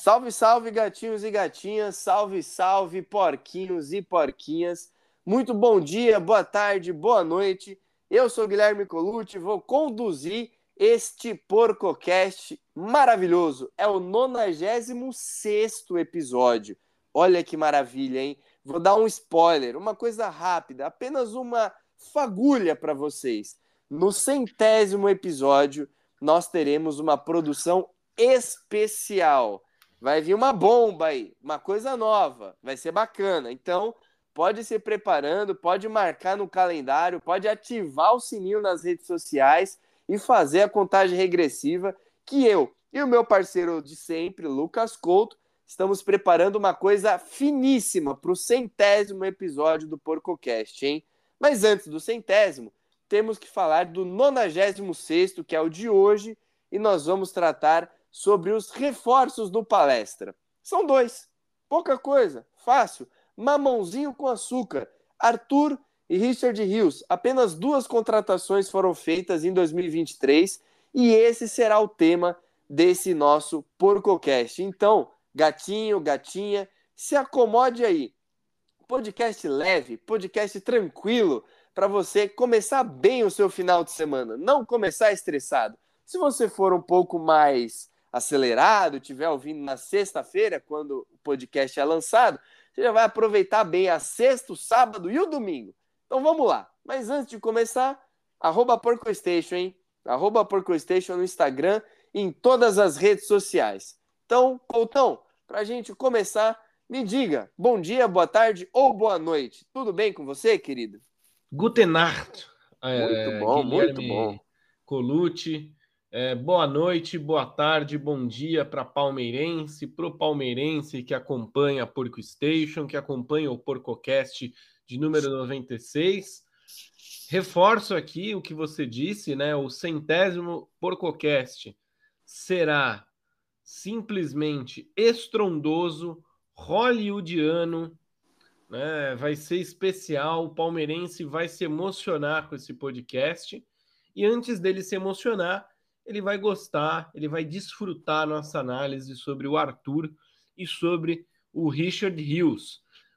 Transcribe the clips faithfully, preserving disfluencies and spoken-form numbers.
Salve, salve, gatinhos e gatinhas, salve, salve, porquinhos e porquinhas. Muito bom dia, boa tarde, boa noite. Eu sou Guilherme Colucci, vou conduzir este PorcoCast maravilhoso. É o nonagésimo sexto episódio. Olha que maravilha, hein? Vou dar um spoiler, uma coisa rápida, apenas uma fagulha para vocês. No centésimo episódio, nós teremos uma produção especial. Vai vir uma bomba aí, uma coisa nova, vai ser bacana. Então, pode se preparando, pode marcar no calendário, pode ativar o sininho nas redes sociais e fazer a contagem regressiva que eu e o meu parceiro de sempre, Lucas Couto, estamos preparando uma coisa finíssima para o centésimo episódio do PorcoCast, hein? Mas antes do centésimo, temos que falar do nonagésimo sexto, que é o de hoje, e nós vamos tratar sobre os reforços do Palestra. São dois, pouca coisa, fácil, mamãozinho com açúcar. Arthur e Richard Rios, apenas duas contratações foram feitas em dois mil e vinte e três e esse será o tema desse nosso PorcoCast. Então, gatinho, gatinha, se acomode aí. Podcast leve, podcast tranquilo, para você começar bem o seu final de semana, não começar estressado. Se você for um pouco mais acelerado, estiver ouvindo na sexta-feira, quando o podcast é lançado, você já vai aproveitar bem a sexta, o sábado e o domingo. Então vamos lá. Mas antes de começar, arroba PorcoStation, hein? Arroba PorcoStation no Instagram e em todas as redes sociais. Então, Coutão, para a gente começar, me diga, bom dia, boa tarde ou boa noite. Tudo bem com você, querido? Guten Nacht, Muito é, bom, muito Guilherme bom. Colucci. É, boa noite, boa tarde, bom dia para palmeirense, pro palmeirense que acompanha a Porco Station, que acompanha o PorcoCast de número noventa e seis. Reforço aqui o que você disse, né? O centésimo PorcoCast será simplesmente estrondoso, hollywoodiano, né? Vai ser especial, o palmeirense vai se emocionar com esse podcast. E antes dele se emocionar, ele vai gostar, ele vai desfrutar nossa análise sobre o Arthur e sobre o Richard Rios.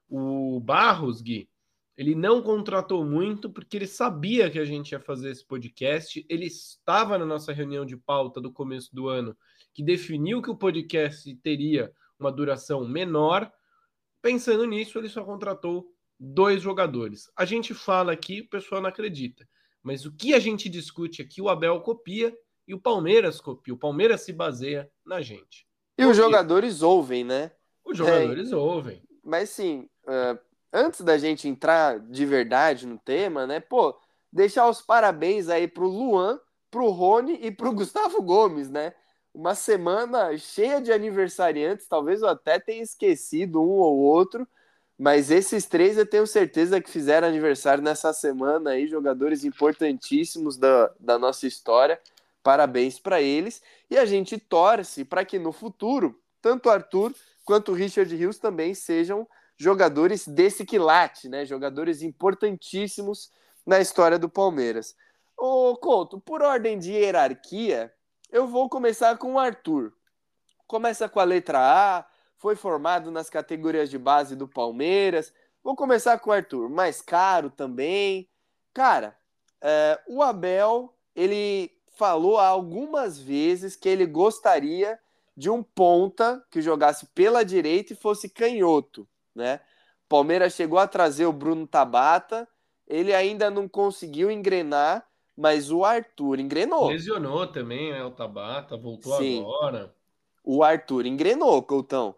O Barros, Gui, ele não contratou muito porque ele sabia que a gente ia fazer esse podcast. Ele estava na nossa reunião de pauta do começo do ano, que definiu que o podcast teria uma duração menor. Pensando nisso, ele só contratou dois jogadores. A gente fala aqui, o pessoal não acredita. Mas o que a gente discute aqui, o Abel copia e o Palmeiras copia. O Palmeiras se baseia na gente. E os jogadores ouvem, né? Os É, jogadores ouvem. mas sim, uh, antes da gente entrar de verdade no tema, né? Pô, deixar os parabéns aí pro Luan, pro Rony e pro Gustavo Gomes, né? Uma semana cheia de aniversariantes, talvez eu até tenha esquecido um ou outro, mas esses três eu tenho certeza que fizeram aniversário nessa semana aí, jogadores importantíssimos da, da nossa história. Parabéns para eles. E a gente torce para que no futuro, tanto o Arthur quanto o Richard Rios também sejam jogadores desse quilate, né? Jogadores importantíssimos na história do Palmeiras. Ô, Couto, por ordem de hierarquia, eu vou começar com o Arthur. Começa com a letra A, foi formado nas categorias de base do Palmeiras. Vou começar com o Arthur, mais caro também. Cara, é, o Abel, ele falou algumas vezes que ele gostaria de um ponta que jogasse pela direita e fosse canhoto, né? Palmeiras chegou a trazer o Bruno Tabata, ele ainda não conseguiu engrenar, mas o Arthur engrenou. Lesionou também, né? O Tabata, voltou Sim, agora. o Arthur engrenou, Coutão.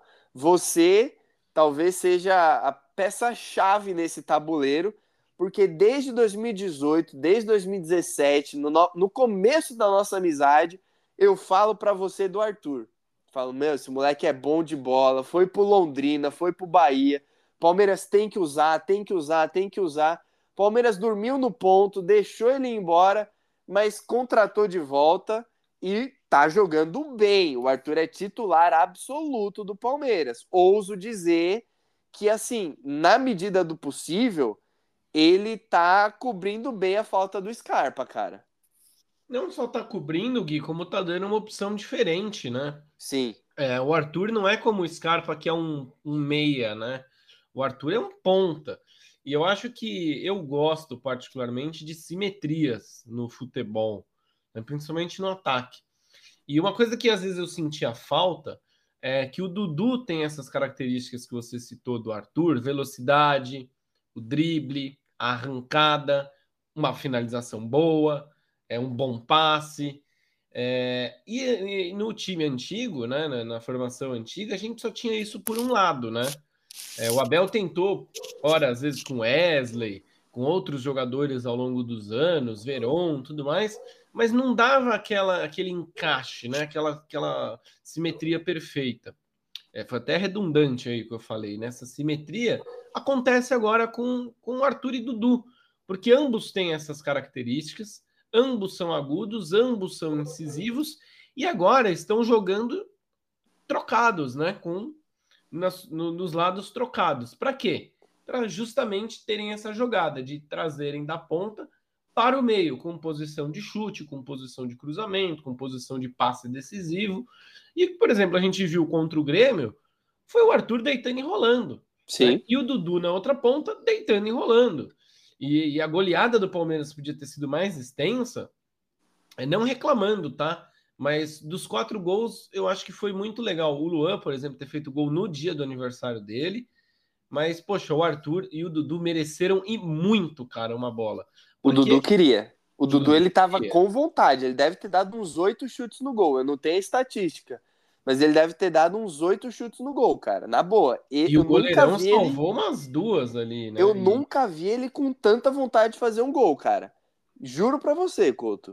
Você talvez seja a peça-chave nesse tabuleiro, porque desde dois mil e dezoito, desde dois mil e dezessete, no, no começo da nossa amizade, eu falo para você do Arthur. Falo, meu, esse moleque é bom de bola, foi pro Londrina, foi pro Bahia. Palmeiras tem que usar, tem que usar, tem que usar. Palmeiras dormiu no ponto, deixou ele ir embora, mas contratou de volta e tá jogando bem. O Arthur é titular absoluto do Palmeiras. Ouso dizer que, assim, na medida do possível, ele tá cobrindo bem a falta do Scarpa, cara. Não só tá cobrindo, Gui, como tá dando uma opção diferente, né? Sim. É, o Arthur não é como o Scarpa, que é um, um meia, né? O Arthur é um ponta. E eu acho que eu gosto particularmente de simetrias no futebol, né? Principalmente no ataque. E uma coisa que às vezes eu sentia falta é que o Dudu tem essas características que você citou do Arthur: velocidade, o drible, a arrancada, uma finalização boa, é um bom passe. É, e, e no time antigo, né, na, na formação antiga, a gente só tinha isso por um lado, né? É, o Abel tentou, ora, às vezes com Wesley, com outros jogadores ao longo dos anos, Veron, tudo mais, mas não dava aquela, aquele encaixe, né? Aquela, aquela simetria perfeita. É, foi até redundante aí que eu falei, né? Essa simetria acontece agora com, com o Arthur e Dudu, porque ambos têm essas características, ambos são agudos, ambos são incisivos, e agora estão jogando trocados, né? Com nas, no, nos lados trocados. Para quê? Para justamente terem essa jogada de trazerem da ponta para o meio, com posição de chute, com posição de cruzamento, com posição de passe decisivo. E, por exemplo, a gente viu contra o Grêmio, foi o Arthur deitando e rolando. Né? Sim. E o Dudu na outra ponta deitando e rolando. E, e a goleada do Palmeiras podia ter sido mais extensa, não reclamando, tá? Mas dos quatro gols, eu acho que foi muito legal. O Luan, por exemplo, ter feito gol no dia do aniversário dele. Mas, poxa, o Arthur e o Dudu mereceram e muito, cara, uma bola. O Dudu Porque queria. O o Dudu, Dudu ele tava queria. com vontade. Ele deve ter dado uns oito chutes no gol. Eu não tenho a estatística. Mas ele deve ter dado uns oito chutes no gol, cara. Na boa. E- E o Eu nunca goleirão vi ele. salvou umas duas ali, Eu né? E nunca vi ele com tanta vontade de fazer um gol, cara. Juro pra você, Couto.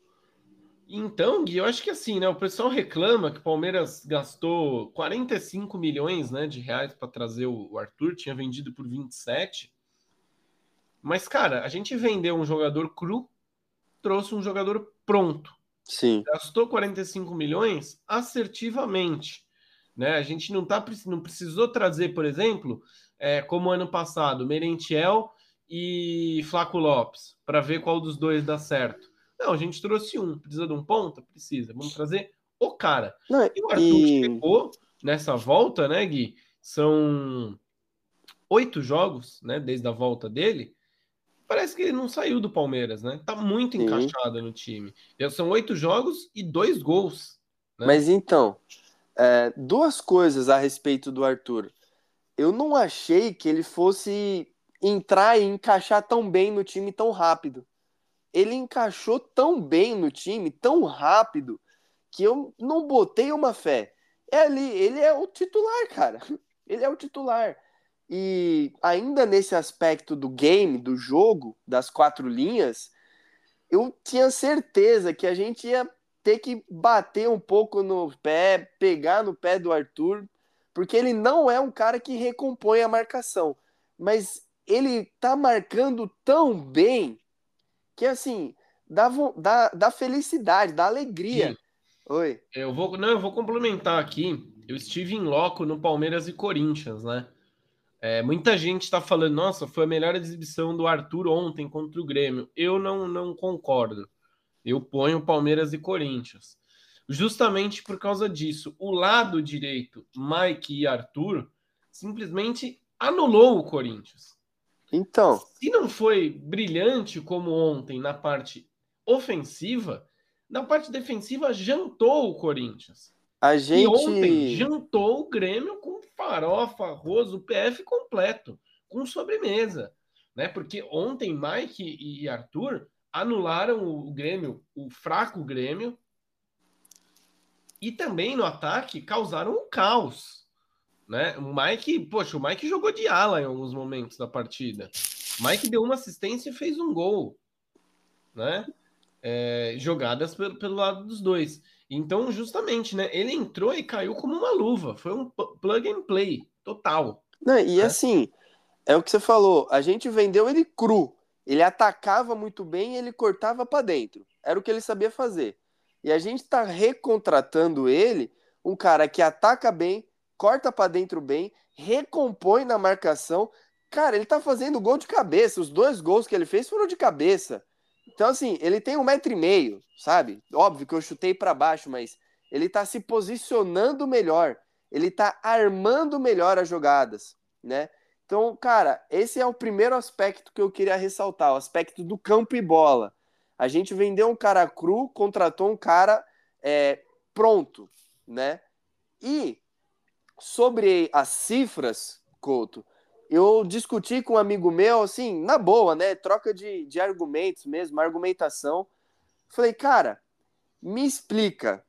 então, Gui, eu acho que assim, né? O pessoal reclama que o Palmeiras gastou quarenta e cinco milhões, né, de reais para trazer o Arthur, tinha vendido por vinte e sete. Mas, cara, a gente vendeu um jogador cru, trouxe um jogador pronto. Sim. Gastou quarenta e cinco milhões assertivamente. Né? A gente não, tá, não precisou trazer, por exemplo, é, como ano passado, Merentiel e Flaco Lopes, para ver qual dos dois dá certo. Não, a gente trouxe um. Precisa de um ponta? Precisa. Vamos trazer o cara. Não, E o Arthur e. chegou nessa volta, né, Gui? São oito jogos, né, desde a volta dele. Parece que ele não saiu do Palmeiras, né? Tá muito Sim. encaixado no time. São oito jogos e dois gols, né? Mas então, é, duas coisas a respeito do Arthur. Eu não achei que ele fosse entrar e encaixar tão bem no time tão rápido. Ele encaixou tão bem no time, tão rápido, que eu não botei uma fé. É ali, ele é o titular, cara. Ele é o titular. E ainda nesse aspecto do game, do jogo, das quatro linhas, eu tinha certeza que a gente ia ter que bater um pouco no pé, pegar no pé do Arthur, porque ele não é um cara que recompõe a marcação. Mas ele tá marcando tão bem que, assim, dá, dá, dá felicidade, dá Gui, alegria. Oi. eu vou, não, eu vou complementar aqui. Eu estive em loco no Palmeiras e Corinthians, né? É, muita gente está falando, nossa, foi a melhor exibição do Arthur ontem contra o Grêmio. Eu não, não concordo. Eu ponho Palmeiras e Corinthians. Justamente por causa disso, o lado direito, Mike e Arthur, simplesmente anulou o Corinthians. Então, Se não foi brilhante como ontem na parte ofensiva, na parte defensiva jantou o Corinthians. a E ontem gente. jantou o Grêmio com farofa, arroz, o P F completo, com sobremesa. Né? Porque ontem Mike e Arthur anularam o Grêmio, o fraco Grêmio, e também no ataque causaram um caos. Né? O Mike, poxa, o Mike jogou de ala em alguns momentos da partida. O Mike deu uma assistência e fez um gol. Né? É, jogadas pelo, pelo lado dos dois. Então, justamente, né? Ele entrou e caiu como uma luva. Foi um plug and play total. Não, e Né? assim, é o que você falou, a gente vendeu ele cru. Ele atacava muito bem e ele cortava para dentro. Era o que ele sabia fazer. E a gente tá recontratando ele, um cara que ataca bem, corta para dentro bem, recompõe na marcação. Cara, ele tá fazendo gol de cabeça. Os dois gols que ele fez foram de cabeça. Então, assim, ele tem um metro e meio, sabe? Óbvio que eu chutei para baixo, mas ele tá se posicionando melhor, ele tá armando melhor as jogadas, né? Então, cara, esse é o primeiro aspecto que eu queria ressaltar, o aspecto do campo e bola. A gente vendeu um cara cru, contratou um cara é, pronto, né? E sobre as cifras, Couto, eu discuti com um amigo meu, assim, na boa, né? Troca de, de argumentos mesmo, argumentação. Falei, cara, me explica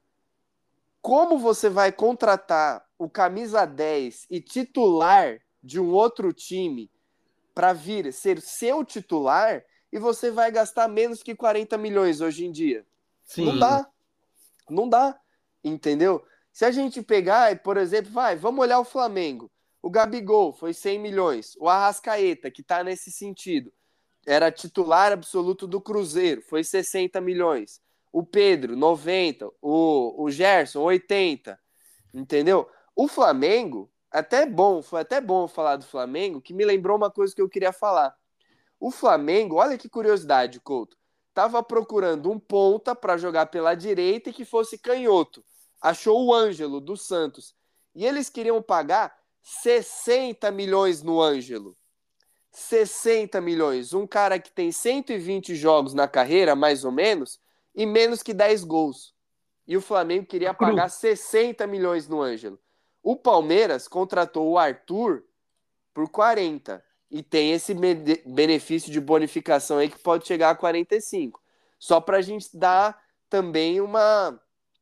como você vai contratar o camisa dez e titular de um outro time para vir ser seu titular e você vai gastar menos que quarenta milhões hoje em dia. Não Sim. dá. Não dá. Entendeu? Se a gente pegar, e, por exemplo, vai, vamos olhar o Flamengo. O Gabigol foi cem milhões. O Arrascaeta, que está nesse sentido, era titular absoluto do Cruzeiro, foi sessenta milhões. O Pedro, noventa. O, o Gerson, oitenta. Entendeu? O Flamengo, até bom, foi até bom falar do Flamengo, que me lembrou uma coisa que eu queria falar. O Flamengo, olha que curiosidade, Couto, estava procurando um ponta para jogar pela direita e que fosse canhoto. Achou o Ângelo, do Santos. E eles queriam pagar sessenta milhões no Ângelo. sessenta milhões. Um cara que tem cento e vinte jogos na carreira, mais ou menos, e menos que dez gols. E o Flamengo queria pagar sessenta milhões no Ângelo. O Palmeiras contratou o Arthur por quarenta. E tem esse benefício de bonificação aí que pode chegar a quarenta e cinco. Só para a gente dar também uma,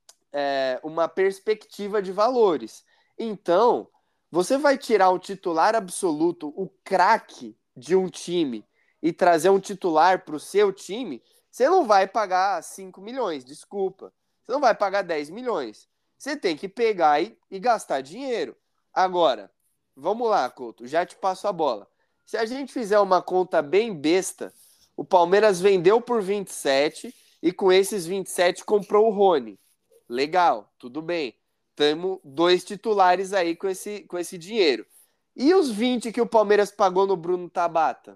é, uma perspectiva de valores. Então, você vai tirar o titular absoluto, o craque de um time, e trazer um titular para o seu time, você não vai pagar cinco milhões, desculpa. Você não vai pagar dez milhões. Você tem que pegar e, e gastar dinheiro. Agora, vamos lá, Couto, já te passo a bola. Se a gente fizer uma conta bem besta, o Palmeiras vendeu por vinte e sete e com esses vinte e sete comprou o Rony. Legal, tudo bem. Temos dois titulares aí com esse, com esse dinheiro. E os vinte que o Palmeiras pagou no Bruno Tabata?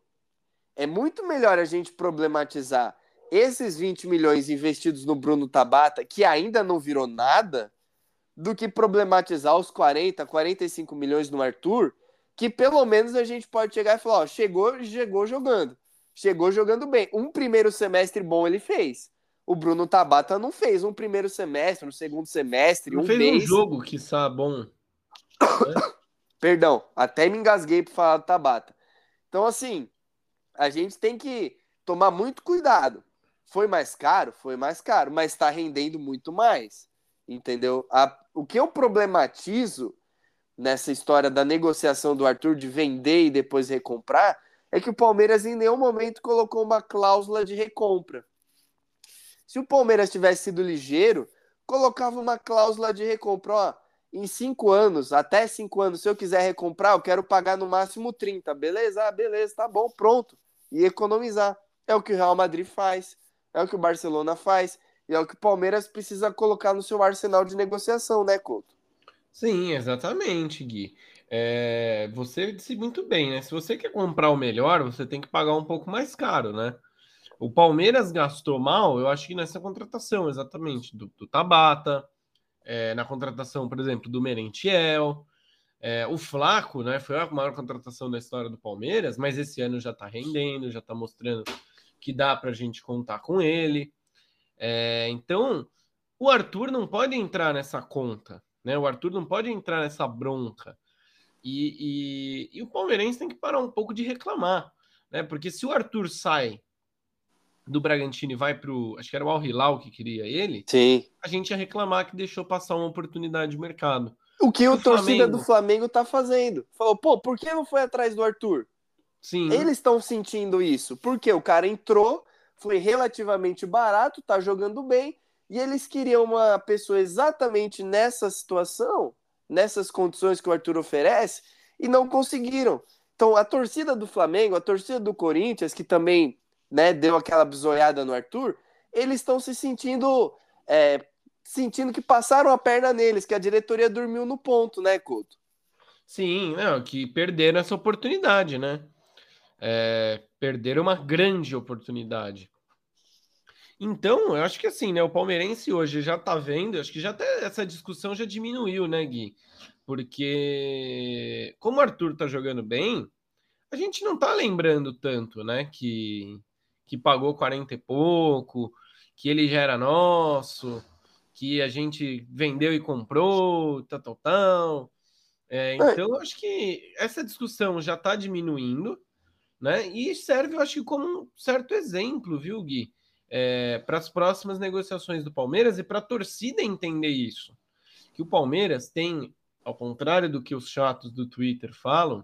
É muito melhor a gente problematizar esses vinte milhões investidos no Bruno Tabata, que ainda não virou nada, do que problematizar os quarenta, quarenta e cinco milhões no Arthur, que pelo menos a gente pode chegar e falar, ó, chegou, chegou jogando. Chegou jogando bem. Um primeiro semestre bom ele fez. O Bruno Tabata não fez um primeiro semestre, um segundo semestre, Não um fez um mês. jogo, quiçá, bom. Né? Perdão, até me engasguei para falar do Tabata. Então, assim, a gente tem que tomar muito cuidado. Foi mais caro? Foi mais caro, mas está rendendo muito mais. Entendeu? A, o que eu problematizo nessa história da negociação do Arthur de vender e depois recomprar é que o Palmeiras em nenhum momento colocou uma cláusula de recompra. Se o Palmeiras tivesse sido ligeiro, colocava uma cláusula de recompra. Ó, em cinco anos, até cinco anos, se eu quiser recomprar, eu quero pagar no máximo trinta. Beleza? Ah, beleza, tá bom, pronto. E economizar. É o que o Real Madrid faz, é o que o Barcelona faz, e é o que o Palmeiras precisa colocar no seu arsenal de negociação, né, Couto? Sim, exatamente, Gui. É, você disse muito bem, né? Se você quer comprar o melhor, você tem que pagar um pouco mais caro, né? O Palmeiras gastou mal, eu acho que nessa contratação, exatamente, do, do Tabata, é, na contratação, por exemplo, do Merentiel. É, o Flaco, né? Foi a maior contratação da história do Palmeiras, mas esse ano já tá rendendo, já tá mostrando que dá pra gente contar com ele. É, então, o Arthur não pode entrar nessa conta, né? O Arthur não pode entrar nessa bronca. E, e, e o palmeirense tem que parar um pouco de reclamar, né? Porque se o Arthur sai do Bragantino e vai para o. Acho que era o Al Hilal que queria ele, Sim. a gente ia reclamar que deixou passar uma oportunidade de mercado. O que E o o torcida do Flamengo, Flamengo tá fazendo. Falou, pô, por que não foi atrás do Arthur? sim, Eles estão sentindo isso. Porque o cara entrou, foi relativamente barato, tá jogando bem, e eles queriam uma pessoa exatamente nessa situação, nessas condições que o Arthur oferece, e não conseguiram. Então, a torcida do Flamengo, a torcida do Corinthians, que também, né, deu aquela bisoiada no Arthur, eles estão se sentindo é, sentindo que passaram a perna neles, que a diretoria dormiu no ponto, né, Couto? sim, não, que perderam essa oportunidade, né? É, perderam uma grande oportunidade. Então, eu acho que assim, né? O palmeirense hoje já tá vendo, acho que já até essa discussão já diminuiu, né, Gui? Porque como o Arthur tá jogando bem, a gente não tá lembrando tanto, né? Que, que pagou quarenta e pouco, que ele já era nosso, que a gente vendeu e comprou, tal, tal, tal. É, É, então, eu acho que essa discussão já está diminuindo, né? E serve, eu acho que, como um certo exemplo, viu, Gui? É, para as próximas negociações do Palmeiras e para a torcida entender isso. Que o Palmeiras tem, ao contrário do que os chatos do Twitter falam,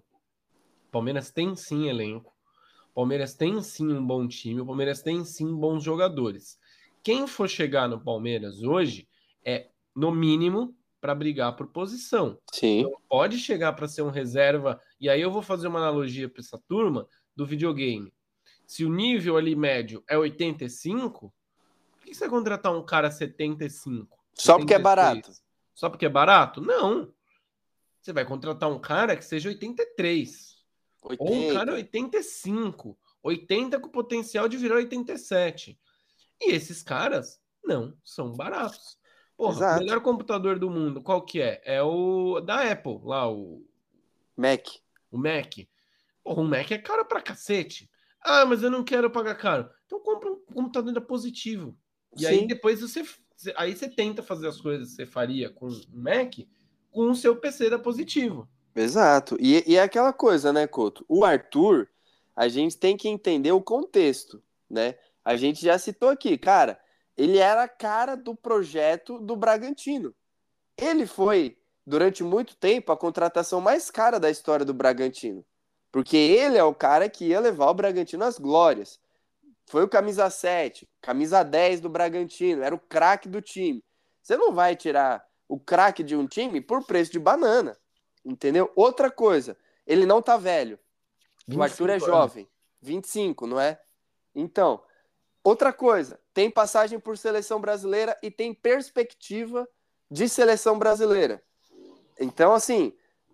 o Palmeiras tem sim elenco, o Palmeiras tem sim um bom time, o Palmeiras tem sim bons jogadores. Quem for chegar no Palmeiras hoje é, no mínimo, para brigar por posição. Não sim, pode chegar para ser um reserva. E aí eu vou fazer uma analogia para essa turma do videogame. Se o nível ali médio é oitenta e cinco, por que você vai contratar um cara setenta e cinco, só porque é barato. setenta e seis? Só porque é barato? Não. Você vai contratar um cara que seja oitenta e três. Ou um cara oitenta. oitenta e cinco. oitenta com potencial de virar oitenta e sete. E esses caras não são baratos. Porra, o Exato. melhor computador do mundo, qual que é? É o da Apple, lá, o, Mac. o Mac. Porra, o Mac é caro pra cacete. Ah, mas eu não quero pagar caro. Então compra um computador da Positivo. E aí Sim, depois você, aí você tenta fazer as coisas que você faria com o Mac com o seu P C da Positivo. exato. E, e é aquela coisa, né, Couto? O Arthur, a gente tem que entender o contexto, né? A gente já citou aqui, cara, ele era a cara do projeto do Bragantino. Ele foi, durante muito tempo, a contratação mais cara da história do Bragantino. Porque ele é o cara que ia levar o Bragantino às glórias. Foi o camisa sete, camisa dez do Bragantino, era o craque do time. Você não vai tirar o craque de um time por preço de banana, entendeu? Outra coisa, ele não tá velho. O vinte e Arthur é cinco anos. jovem, vinte e cinco, não é? Então, outra coisa, tem passagem por seleção brasileira e tem perspectiva de seleção brasileira. Então, assim,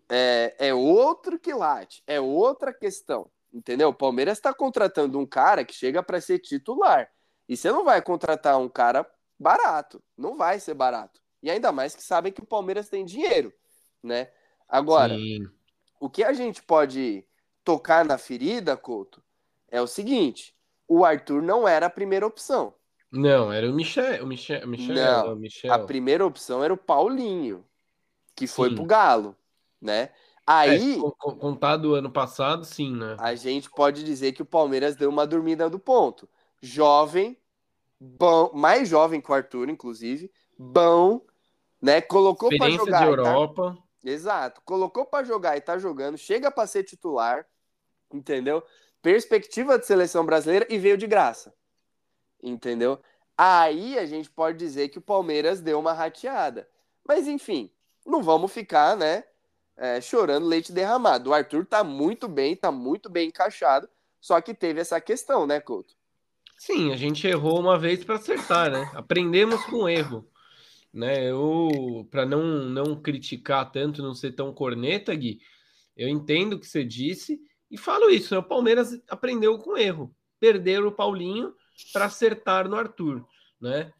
é, é outro quilate, é outra questão, entendeu? O Palmeiras está contratando um cara que chega para ser titular. E você não vai contratar um cara barato, não vai ser barato. E ainda mais que sabem que o Palmeiras tem dinheiro, né? Agora, Sim. o que a gente pode tocar na ferida, Couto, é o seguinte: o Arthur não era a primeira opção. Não, era o Michel, o Michel, o Michel, não, Não, o a Michel. primeira opção era o Paulinho, que foi pro Sim. Galo, né? É, se Aí con- con- contar do ano passado, sim, né? a gente pode dizer que o Palmeiras deu uma dormida do ponto. Jovem, bom, mais jovem que o Arthur, inclusive, bom, né? Colocou para Experiência de jogar e tá. Europa. Exato, colocou para jogar e tá jogando, chega para ser titular, entendeu? Perspectiva de seleção brasileira e veio de graça, entendeu? Aí a gente pode dizer que o Palmeiras deu uma rateada. Mas enfim, não vamos ficar, né? É, chorando leite derramado. O Arthur tá muito bem, tá muito bem encaixado, só que teve essa questão, né, Couto? Sim, a gente errou uma vez para acertar, né? Aprendemos com o erro, né? Eu, para não não criticar tanto, não ser tão corneta, Gui, eu entendo o que você disse e falo isso, né? O Palmeiras aprendeu com o erro. Perderam o Paulinho para acertar no Arthur, né?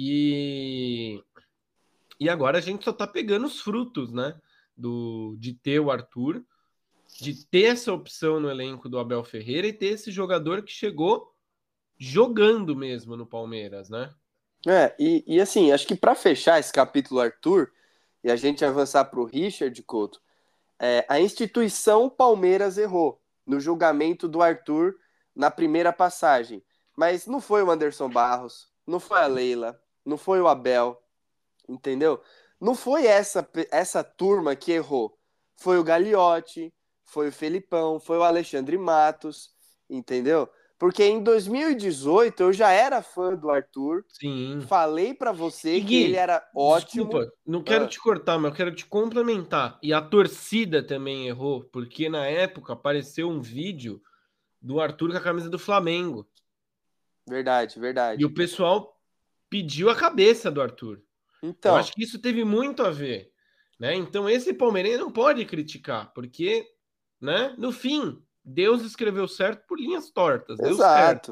E e agora a gente só tá pegando os frutos, né? Do de ter o Arthur, de ter essa opção no elenco do Abel Ferreira e ter esse jogador que chegou jogando mesmo no Palmeiras, né? É, e, e assim, acho que para fechar esse capítulo Arthur e a gente avançar para o Richard Couto, é, a instituição Palmeiras errou no julgamento do Arthur na primeira passagem. Mas não foi o Anderson Barros, não foi a Leila, não foi o Abel, entendeu? Não foi essa, essa turma que errou. Foi o Gagliotti, foi o Felipão, foi o Alexandre Matos, entendeu? Porque em dois mil e dezoito eu já era fã do Arthur, Sim. falei para você E que ele Gui, era ótimo. desculpa, não quero Ah, te cortar, mas eu quero te complementar. E a torcida também errou, porque na época apareceu um vídeo do Arthur com a camisa do Flamengo. verdade, E verdade. o pessoal pediu a cabeça do Arthur. Eu Então, acho que isso teve muito a ver, né? Então esse palmeirense não pode criticar, porque, né, no fim, Deus escreveu certo por linhas tortas, deu certo. exato.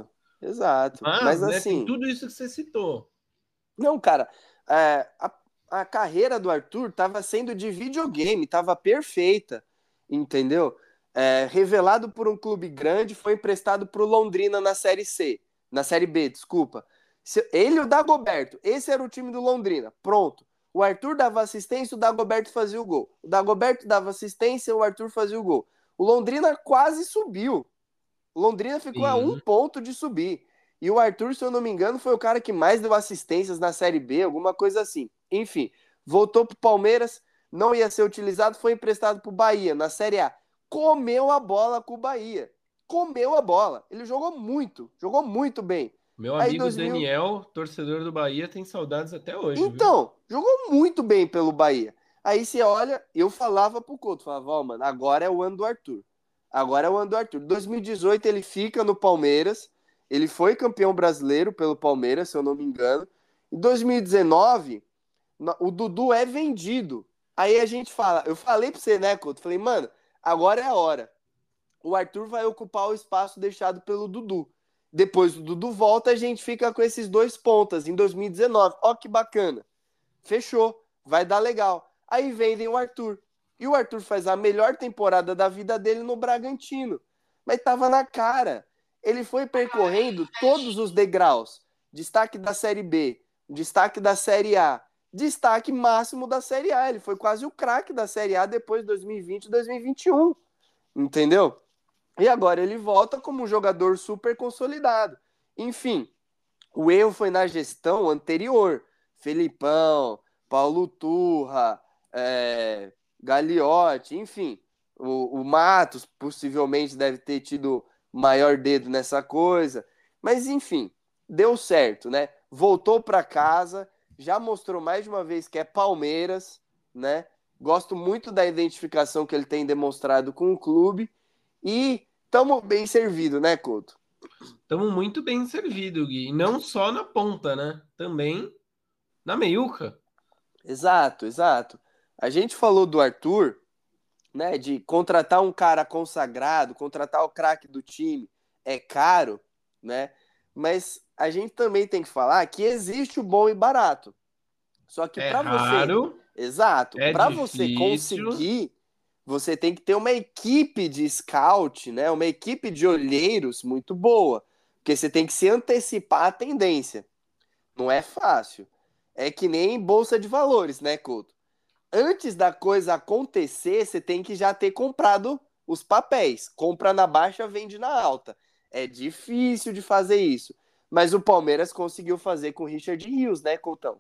Exato. Mas, Mas né, tem assim, tudo isso que você citou. não, cara, é, a, a carreira do Arthur estava sendo de videogame, estava perfeita, entendeu? É, revelado por um clube grande, foi emprestado para o Londrina na Série C, na Série B, desculpa. Se- Ele e o Dagoberto, esse era o time do Londrina, pronto. O Arthur dava assistência, o Dagoberto fazia o gol. O Dagoberto dava assistência, o Arthur fazia o gol. O Londrina quase subiu. O Londrina ficou a um Sim. ponto de subir. E o Arthur, se eu não me engano, foi o cara que mais deu assistências na Série B, alguma coisa assim. Enfim, voltou pro Palmeiras, não ia ser utilizado, foi emprestado pro Bahia na Série A. Comeu a bola com o Bahia. Comeu a bola. Ele jogou muito, jogou muito bem. Meu Aí amigo dois mil, Daniel, torcedor do Bahia, tem saudades até hoje, viu? então, jogou muito bem pelo Bahia. Aí você olha, eu falava pro Couto, falava, ó, oh, mano, agora é o ano do Arthur. Agora é o ano do Arthur. dois mil e dezoito ele fica no Palmeiras, ele foi campeão brasileiro pelo Palmeiras, se eu não me engano. Em dois mil e dezenove, o Dudu é vendido. Aí a gente fala, eu falei pra você, né, Couto? Falei, mano, agora é a hora. O Arthur vai ocupar o espaço deixado pelo Dudu. Depois do Dudu volta, a gente fica com esses dois pontas em dois mil e dezenove. Ó que bacana. Fechou, vai dar legal. Aí vendem o Arthur. E o Arthur faz a melhor temporada da vida dele no Bragantino. Mas tava na cara. Ele foi percorrendo todos os degraus. Destaque da Série B, destaque da Série A, destaque máximo da Série A. Ele foi quase o craque da Série A depois de dois mil e vinte e dois mil e vinte e um. Entendeu? E agora ele volta como um jogador super consolidado. Enfim, o erro foi na gestão anterior. Felipão, Paulo Turra, é, Gagliotti, enfim. O, o Matos possivelmente deve ter tido maior dedo nessa coisa. Mas, enfim, deu certo, né? Voltou para casa, já mostrou mais de uma vez que é Palmeiras, né? Gosto muito da identificação que ele tem demonstrado com o clube. E estamos bem servidos, né, Couto? Estamos muito bem servidos, Gui. E não só na ponta, né? Também na meiuca. Exato, exato. A gente falou do Arthur, né, de contratar um cara consagrado, contratar o craque do time é caro, né? Mas a gente também tem que falar que existe o bom e barato. Só que É para você, raro, exato, é para você difícil. conseguir, você tem que ter uma equipe de scout, né? Uma equipe de olheiros muito boa, porque você tem que se antecipar à tendência. Não é fácil. É que nem bolsa de valores, né, Couto? Antes da coisa acontecer, você tem que já ter comprado os papéis. Compra na baixa, vende na alta. É difícil de fazer isso. Mas o Palmeiras conseguiu fazer com o Richard Rios, né, Coutão?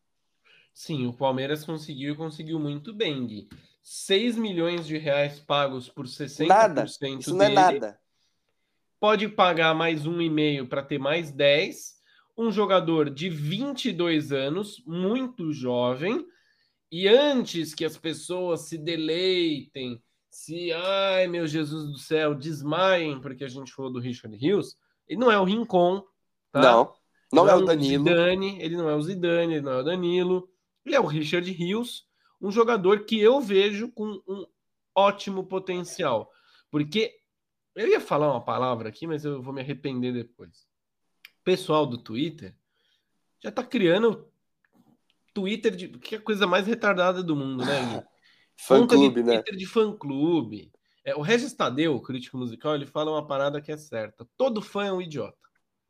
Sim, o Palmeiras conseguiu e conseguiu muito bem, Gui. seis milhões de reais pagos por sessenta por Nada. cento Isso não é dele. nada. Pode pagar mais um e meio para ter mais dez. Um jogador de vinte e dois anos, muito jovem. E antes que as pessoas se deleitem, se, ai meu Jesus do céu, desmaiem, porque a gente falou do Richard Rios, ele não é o Rincon, tá? Não. Ele Não não é é o um Danilo. Zidane, ele não é o Zidane, ele não é o Danilo. Ele é o Richard Rios, um jogador que eu vejo com um ótimo potencial. Porque eu ia falar uma palavra aqui, mas eu vou me arrepender depois. O pessoal do Twitter já tá criando Twitter de que é a coisa mais retardada do mundo, né, Gui? Fã Conta de clube, né? Twitter de fã-clube. É, o Regis Tadeu, o crítico musical, ele fala uma parada que é certa. Todo fã é um idiota.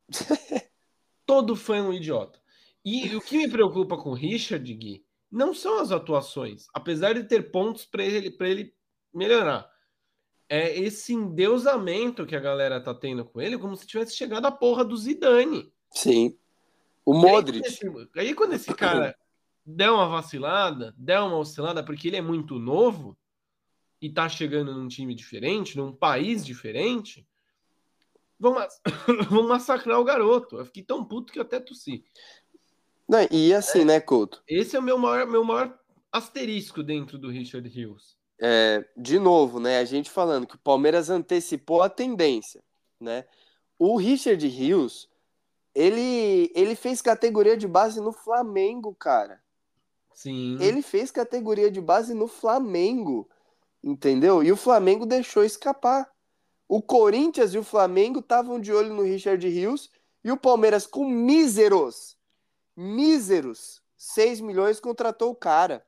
Todo fã é um idiota. E o que me preocupa com o Richard, Gui, não são as atuações, apesar de ter pontos para ele, para ele melhorar. É esse endeusamento que a galera tá tendo com ele, como se tivesse chegado a porra do Zidane. Sim. O E aí, quando Modric. esse, aí, quando esse cara der uma vacilada, der uma oscilada, porque ele é muito novo, e tá chegando num time diferente, num país diferente, vão, mas... vão massacrar o garoto. Eu fiquei tão puto que eu até tossi. Não, e assim, né, Couto? Esse é o meu maior, meu maior asterisco dentro do Richard Rios. É, de novo, né? A gente falando que o Palmeiras antecipou a tendência, né? O Richard Rios, ele, ele fez categoria de base no Flamengo, cara. Sim, Ele fez categoria de base no Flamengo, entendeu? E o Flamengo deixou escapar. O Corinthians e o Flamengo estavam de olho no Richard Rios E o Palmeiras, com míseros, míseros seis milhões, contratou o cara.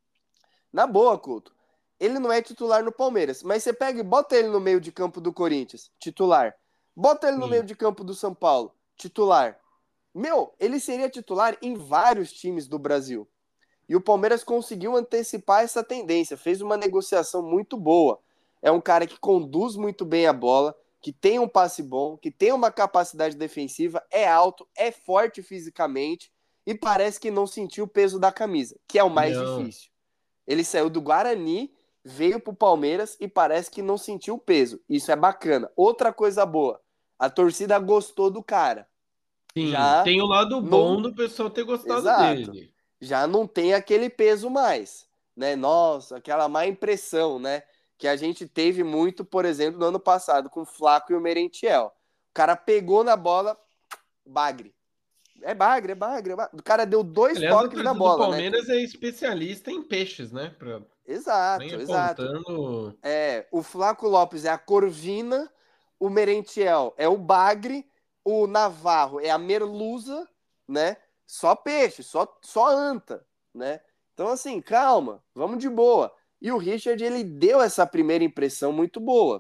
Na boa, Couto. Ele não é titular no Palmeiras, mas você pega e bota ele no meio de campo do Corinthians, titular. Bota ele no meio Sim. de campo do São Paulo, titular. Meu, ele seria titular em vários times do Brasil. E o Palmeiras conseguiu antecipar essa tendência, fez uma negociação muito boa. É um cara que conduz muito bem a bola, que tem um passe bom, que tem uma capacidade defensiva, é alto, é forte fisicamente e parece que não sentiu o peso da camisa, que é o mais Não. difícil. Ele saiu do Guarani, veio pro Palmeiras e parece que não sentiu o peso. Isso é bacana. Outra coisa boa, a torcida gostou do cara. Sim, Já tem o lado não... bom do pessoal ter gostado Exato. dele. Já não tem aquele peso mais, né? Nossa, aquela má impressão, né? Que a gente teve muito, por exemplo, no ano passado, com o Flaco e o Merentiel. O cara pegou na bola, bagre. É bagre, é bagre, é bagre. O cara deu dois Aliás, a toques na torcida do bola, né, Palmeiras Couto? é especialista em peixes, né? Pra... Vem Exato, exato. apontando. É, o Flaco Lopes é a Corvina, o Merentiel é o bagre, o Navarro é a merluza, né? Só peixe, só, só anta, né? Então, assim, calma, vamos de boa. E o Richard, ele deu essa primeira impressão muito boa.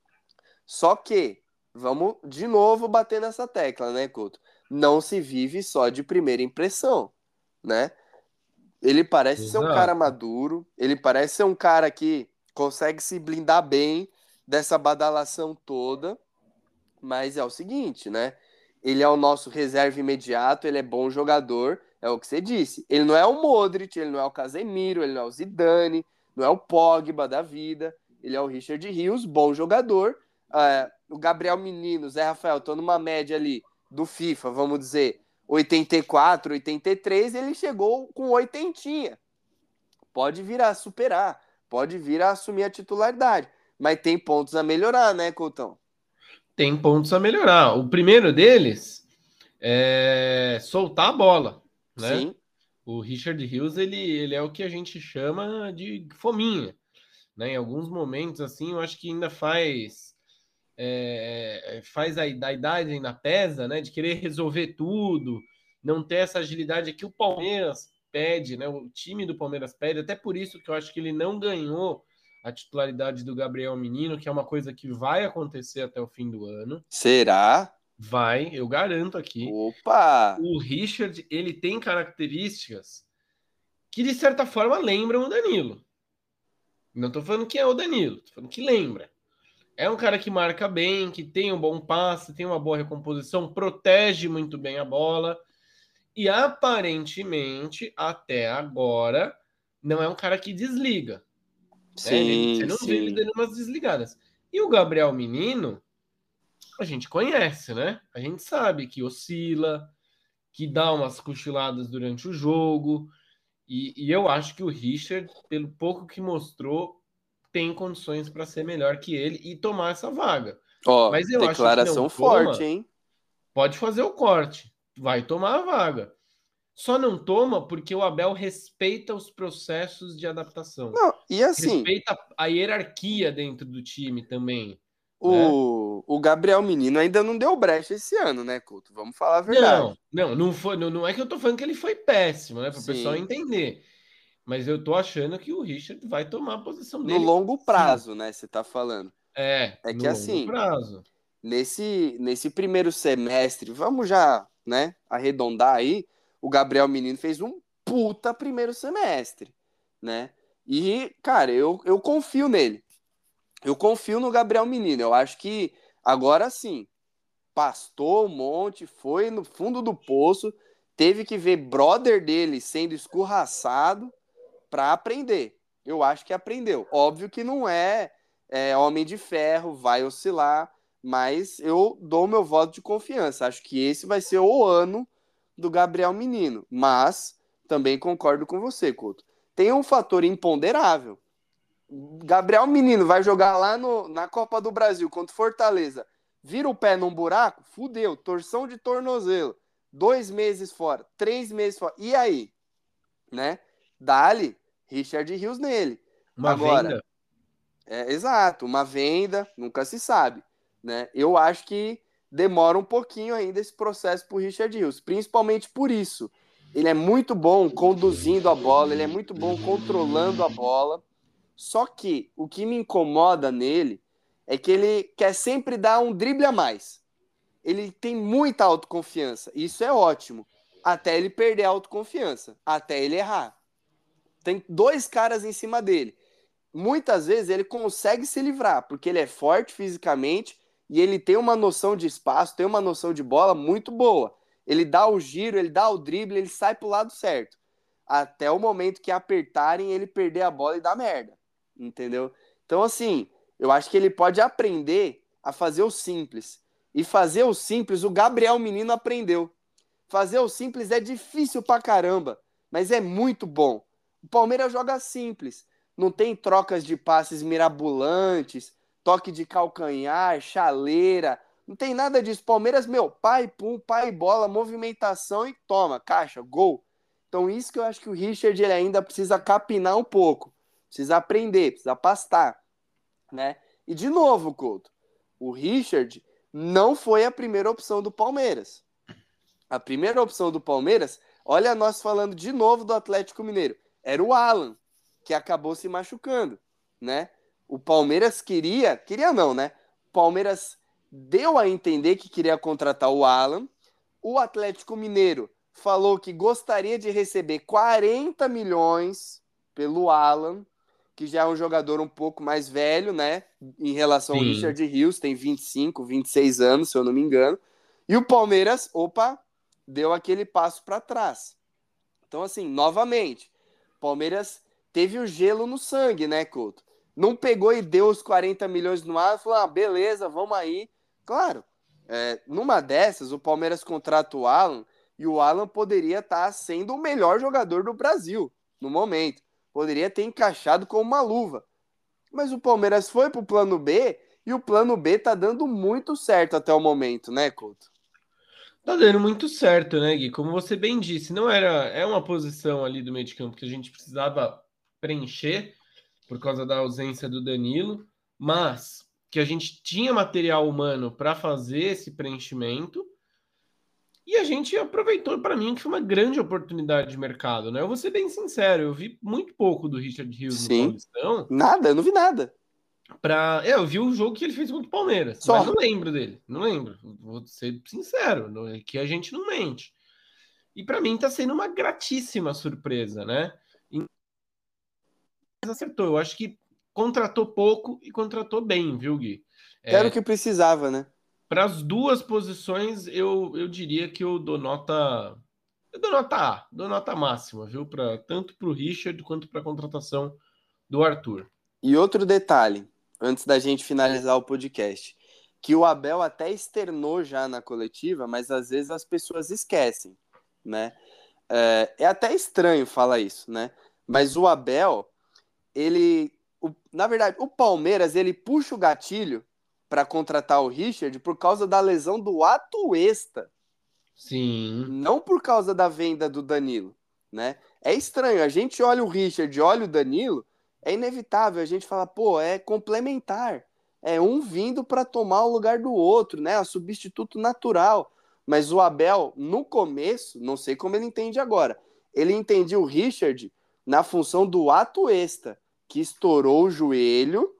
Só que, vamos de novo bater nessa tecla, né, Couto? Não se vive só de primeira impressão, né? Ele parece ser um cara Exato. maduro, ele parece ser um cara que consegue se blindar bem dessa badalação toda, mas é o seguinte, né? Ele é o nosso reserva imediato, ele é bom jogador, é o que você disse. Ele não é o Modric, ele não é o Casemiro, ele não é o Zidane, não é o Pogba da vida, ele é o Richard Rios, bom jogador. É, o Gabriel Menino, Zé Rafael, tô numa média ali do FIFA, vamos dizer, oitenta e quatro, oitenta e três, ele chegou com oitentinha. Pode vir a superar, pode vir a assumir a titularidade, mas tem pontos a melhorar, né, Coutão? Tem pontos a melhorar. O primeiro deles é soltar a bola, né? Sim, O Richard Hughes, ele, ele é o que a gente chama de fominha, né? Em alguns momentos, assim, eu acho que ainda faz é, faz a, da idade ainda pesa, né? De querer resolver tudo, não ter essa agilidade que o Palmeiras pede, né? O time do Palmeiras pede, até por isso que eu acho que ele não ganhou a titularidade do Gabriel Menino, que é uma coisa que vai acontecer até o fim do ano. será? Vai, eu garanto aqui. Opa! O Richard, ele tem características que, de certa forma, lembram o Danilo. Não tô falando que é o Danilo, tô falando que lembra. É um cara que marca bem, que tem um bom passe, tem uma boa recomposição, protege muito bem a bola. E aparentemente, até agora, não é um cara que desliga. Né? Ele, você Sim, não vê ele sim. dando umas desligadas. E o Gabriel Menino, a gente conhece, né? A gente sabe que oscila, que dá umas cochiladas durante o jogo. E, e eu acho que o Richard, pelo pouco que mostrou, tem condições para ser melhor que ele e tomar essa vaga. Ó, Mas eu acho que não declaração forte, toma, hein? pode fazer o corte, vai tomar a vaga. Só não toma porque o Abel respeita os processos de adaptação, Não, e assim, respeita a hierarquia dentro do time também, né? o, o Gabriel Menino ainda não deu brecha esse ano, né, Couto? Vamos falar a Não, verdade. não, não foi, não, não é que eu tô falando que ele foi péssimo, né, para o pessoal Sim. entender. Mas eu tô achando que o Richard vai tomar a posição No dele, longo sim. prazo, né, você tá falando. É, É que no longo assim, prazo. nesse, nesse primeiro semestre, vamos já, né, arredondar aí, o Gabriel Menino fez um puta primeiro semestre, né? E, cara, eu, eu confio nele. Eu confio no Gabriel Menino. Eu acho que agora sim, pastou um monte, foi no fundo do poço, teve que ver brother dele sendo escorraçado para aprender. Eu acho que aprendeu. Óbvio que não é, é homem de ferro, vai oscilar, mas eu dou meu voto de confiança. Acho que esse vai ser o ano do Gabriel Menino. Mas também concordo com você, Couto. Tem um fator imponderável. Gabriel Menino vai jogar lá no, na Copa do Brasil contra o Fortaleza. Vira o pé num buraco, fudeu, torção de tornozelo. Dois meses fora, três meses fora. E aí? Né? Dali, Richard Rios nele. Uma Agora, venda. é exato, uma venda, nunca se sabe. Né? Eu acho que demora um pouquinho ainda esse processo para o Richard Rios, principalmente por isso. Ele é muito bom conduzindo a bola, ele é muito bom controlando a bola, só que o que me incomoda nele é que ele quer sempre dar um drible a mais. Ele tem muita autoconfiança, isso é ótimo, até ele perder a autoconfiança, até ele errar. Tem dois caras em cima dele. Muitas vezes ele consegue se livrar, porque ele é forte fisicamente e ele tem uma noção de espaço, tem uma noção de bola muito boa. Ele dá o giro, ele dá o drible, ele sai pro lado certo. Até o momento que apertarem, ele perder a bola e dar merda. Entendeu? Então, assim, eu acho que ele pode aprender a fazer o simples. E fazer o simples, o Gabriel Menino aprendeu. Fazer o simples é difícil pra caramba, mas é muito bom. O Palmeiras joga simples. Não tem trocas de passes mirabolantes, toque de calcanhar, chaleira. Não tem nada disso. Palmeiras, meu, pai, pum, pai, bola, movimentação e toma, caixa, gol. Então isso que eu acho que o Richard ele ainda precisa capinar um pouco. Precisa aprender, precisa pastar, né? E de novo, Couto, o Richard não foi a primeira opção do Palmeiras. A primeira opção do Palmeiras, olha nós falando de novo do Atlético Mineiro, era o Alan, que acabou se machucando, né? O Palmeiras queria, queria não, né? O Palmeiras deu a entender que queria contratar o Alan. O Atlético Mineiro falou que gostaria de receber quarenta milhões pelo Alan, que já é um jogador um pouco mais velho, né? Em relação ao Sim. Richard Rios, tem vinte e cinco, vinte e seis anos, se eu não me engano. E o Palmeiras, opa, deu aquele passo para trás. Então, assim, novamente, Palmeiras teve o gelo no sangue, né, Couto? Não pegou e deu os quarenta milhões no ar e falou, ah, beleza, vamos aí. Claro, é, numa dessas, o Palmeiras contrata o Alan e o Alan poderia estar sendo o melhor jogador do Brasil no momento. Poderia ter encaixado como uma luva. Mas o Palmeiras foi pro plano B e o plano B tá dando muito certo até o momento, né, Couto? Tá dando muito certo, né, Gui? Como você bem disse, não era. É uma posição ali do meio de campo que a gente precisava preencher por causa da ausência do Danilo, mas que a gente tinha material humano para fazer esse preenchimento e a gente aproveitou, para mim, que foi uma grande oportunidade de mercado, né? Eu vou ser bem sincero, eu vi muito pouco do Richard Rios no Sim. Paulistão. Nada, eu não vi nada. Pra... É, eu vi o jogo que ele fez contra o Palmeiras, Só. mas não lembro dele, não lembro. Vou ser sincero, não- é que a gente não mente. E para mim tá sendo uma gratíssima surpresa, né? E acertou, eu acho que contratou pouco e contratou bem, viu, Gui? Era o que precisava, né? Para as duas posições, eu, eu diria que eu dou nota. Eu dou nota A, dou nota máxima, viu? Pra, tanto para o Richard quanto para a contratação do Arthur. E outro detalhe, antes da gente finalizar o podcast, que o Abel até externou já na coletiva, mas às vezes as pessoas esquecem, né? É, é até estranho falar isso, né? Mas o Abel, ele, o, na verdade, o Palmeiras, ele puxa o gatilho para contratar o Richard por causa da lesão do Atuesta, Sim. não por causa da venda do Danilo, né? É estranho, a gente olha o Richard, olha o Danilo, é inevitável, a gente fala, pô, é complementar, é um vindo para tomar o lugar do outro, né? É substituto natural. Mas o Abel, no começo, não sei como ele entende agora, ele entendia o Richard na função do Atuesta, que estourou o joelho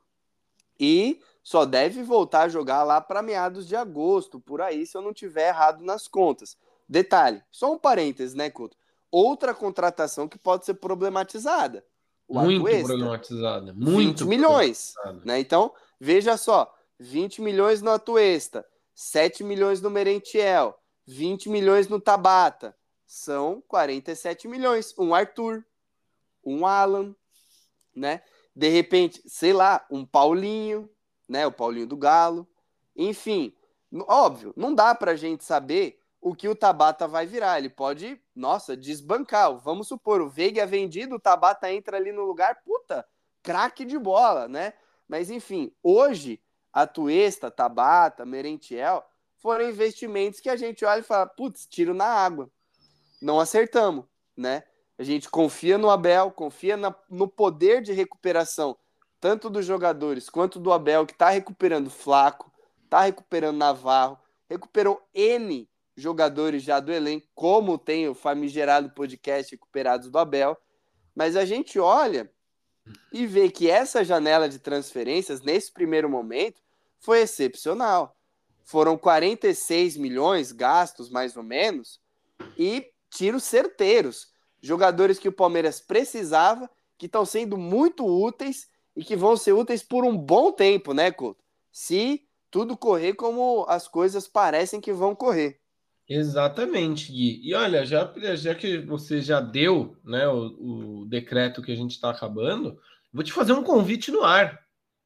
e só deve voltar a jogar lá para meados de agosto, por aí, se eu não tiver errado nas contas. Detalhe, só um parênteses, né, Couto? Outra contratação que pode ser problematizada. O Muito Atuesta, problematizada. vinte Muito milhões, problematizada. né? Então, veja só, vinte milhões no Atuesta, sete milhões no Merentiel, vinte milhões no Tabata, são quarenta e sete milhões. Um Arthur, um Alan, né? De repente, sei lá, um Paulinho, né? O Paulinho do Galo. Enfim, óbvio, não dá pra gente saber o que o Tabata vai virar. Ele pode, nossa, desbancar. Vamos supor, o Veiga é vendido, o Tabata entra ali no lugar, puta, craque de bola, né? Mas enfim, hoje, a Tuesta, Tabata, Merentiel foram investimentos que a gente olha e fala, putz, tiro na água. Não acertamos, né? A gente confia no Abel, confia na, no poder de recuperação, tanto dos jogadores quanto do Abel, que está recuperando Flaco, está recuperando Navarro, recuperou N jogadores já do elenco, como tem o famigerado podcast Recuperados do Abel, mas a gente olha e vê que essa janela de transferências, nesse primeiro momento, foi excepcional. Foram quarenta e seis milhões gastos, mais ou menos, e tiros certeiros. Jogadores que o Palmeiras precisava, que estão sendo muito úteis e que vão ser úteis por um bom tempo, né, Couto? Se tudo correr como as coisas parecem que vão correr. Exatamente, Gui. E olha, já, já que você já deu, né, o, o decreto que a gente está acabando, vou te fazer um convite no ar.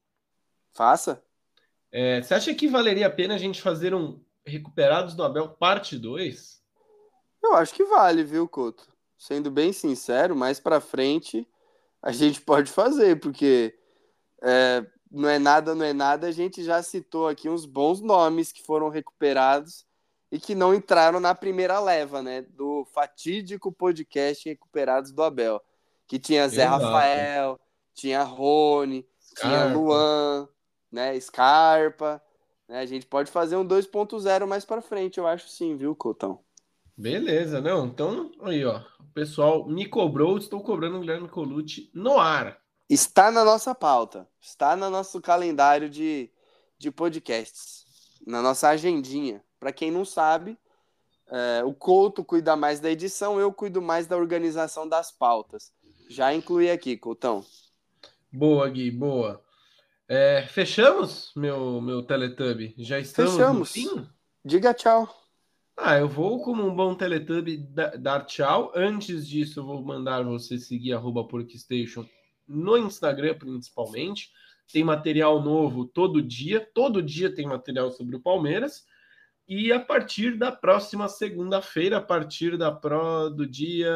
Faça. É, você acha que valeria a pena a gente fazer um Recuperados do Abel parte dois? Eu acho que vale, viu, Couto? Sendo bem sincero, mais pra frente a gente pode fazer, porque é, não é nada, não é nada, a gente já citou aqui uns bons nomes que foram recuperados e que não entraram na primeira leva, né, do fatídico podcast Recuperados do Abel, que tinha Zé Exato. Rafael, tinha Rony, tinha Scarpa. Luan, né, Scarpa, né, a gente pode fazer um dois ponto zero mais pra frente, eu acho sim, viu, Coutão? Beleza, não. Então, aí, ó. O pessoal me cobrou, estou cobrando o Guilherme Colucci no ar. Está na nossa pauta, está no nosso calendário de, de podcasts, na nossa agendinha. Para quem não sabe, é, o Couto cuida mais da edição, eu cuido mais da organização das pautas. Já incluí aqui, Coutão. Boa, Gui, boa. É, fechamos, meu, meu Teletubby? Já estamos no Fechamos. fim? Diga tchau. Ah, eu vou, como um bom Teletubby, da- dar tchau. Antes disso, eu vou mandar você seguir arroba PorkStation no Instagram, principalmente. Tem material novo todo dia. Todo dia tem material sobre o Palmeiras. E a partir da próxima segunda-feira, a partir da pro, do dia...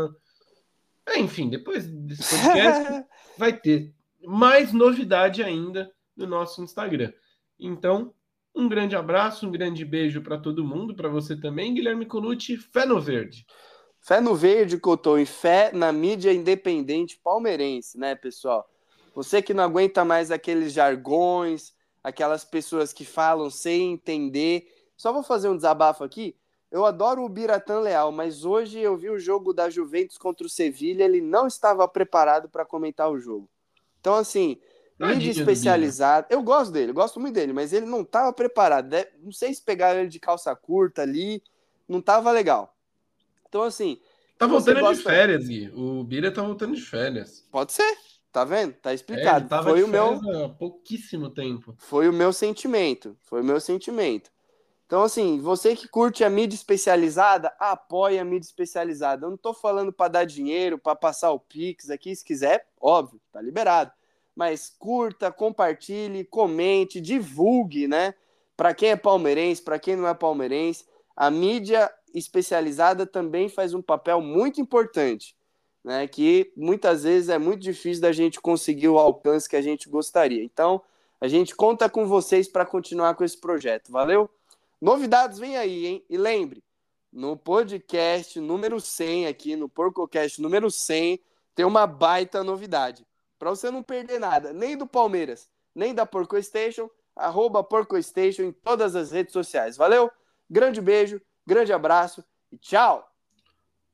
É, enfim, depois desse podcast, vai ter mais novidade ainda no nosso Instagram. Então, um grande abraço, um grande beijo para todo mundo, para você também, Guilherme Colucci, fé no verde. Fé no verde, Couto, e fé na mídia independente palmeirense, né, pessoal? Você que não aguenta mais aqueles jargões, aquelas pessoas que falam sem entender. Só vou fazer um desabafo aqui. Eu adoro o Biratan Leal, mas hoje eu vi o jogo da Juventus contra o Sevilha, ele não estava preparado para comentar o jogo. Então, assim, mídia Tadinho do Bira. especializada. Eu gosto dele, eu gosto muito dele, mas ele não estava preparado. Não sei se pegaram ele de calça curta ali, não estava legal. Então, assim, Tá se você voltando de gosta. férias, Gui. O Bira tá voltando de férias. Pode ser, tá vendo? Tá É, ele explicado. tava Foi de o férias meu, há pouquíssimo tempo. foi o meu sentimento. Foi o meu sentimento. Então, assim, você que curte a mídia especializada, apoia a mídia especializada. Eu não tô falando para dar dinheiro, para passar o Pix aqui, se quiser, óbvio, tá liberado. Mas curta, compartilhe, comente, divulgue, né? Para quem é palmeirense, para quem não é palmeirense, a mídia especializada também faz um papel muito importante, né? Que muitas vezes é muito difícil da gente conseguir o alcance que a gente gostaria. Então, a gente conta com vocês para continuar com esse projeto. Valeu? Novidades vem aí, hein? E lembre, no podcast número cem aqui, no PorcoCast número cem, tem uma baita novidade. Para você não perder nada, nem do Palmeiras, nem da PorcoStation, arroba PorcoStation em todas as redes sociais. Valeu? Grande beijo, grande abraço e tchau!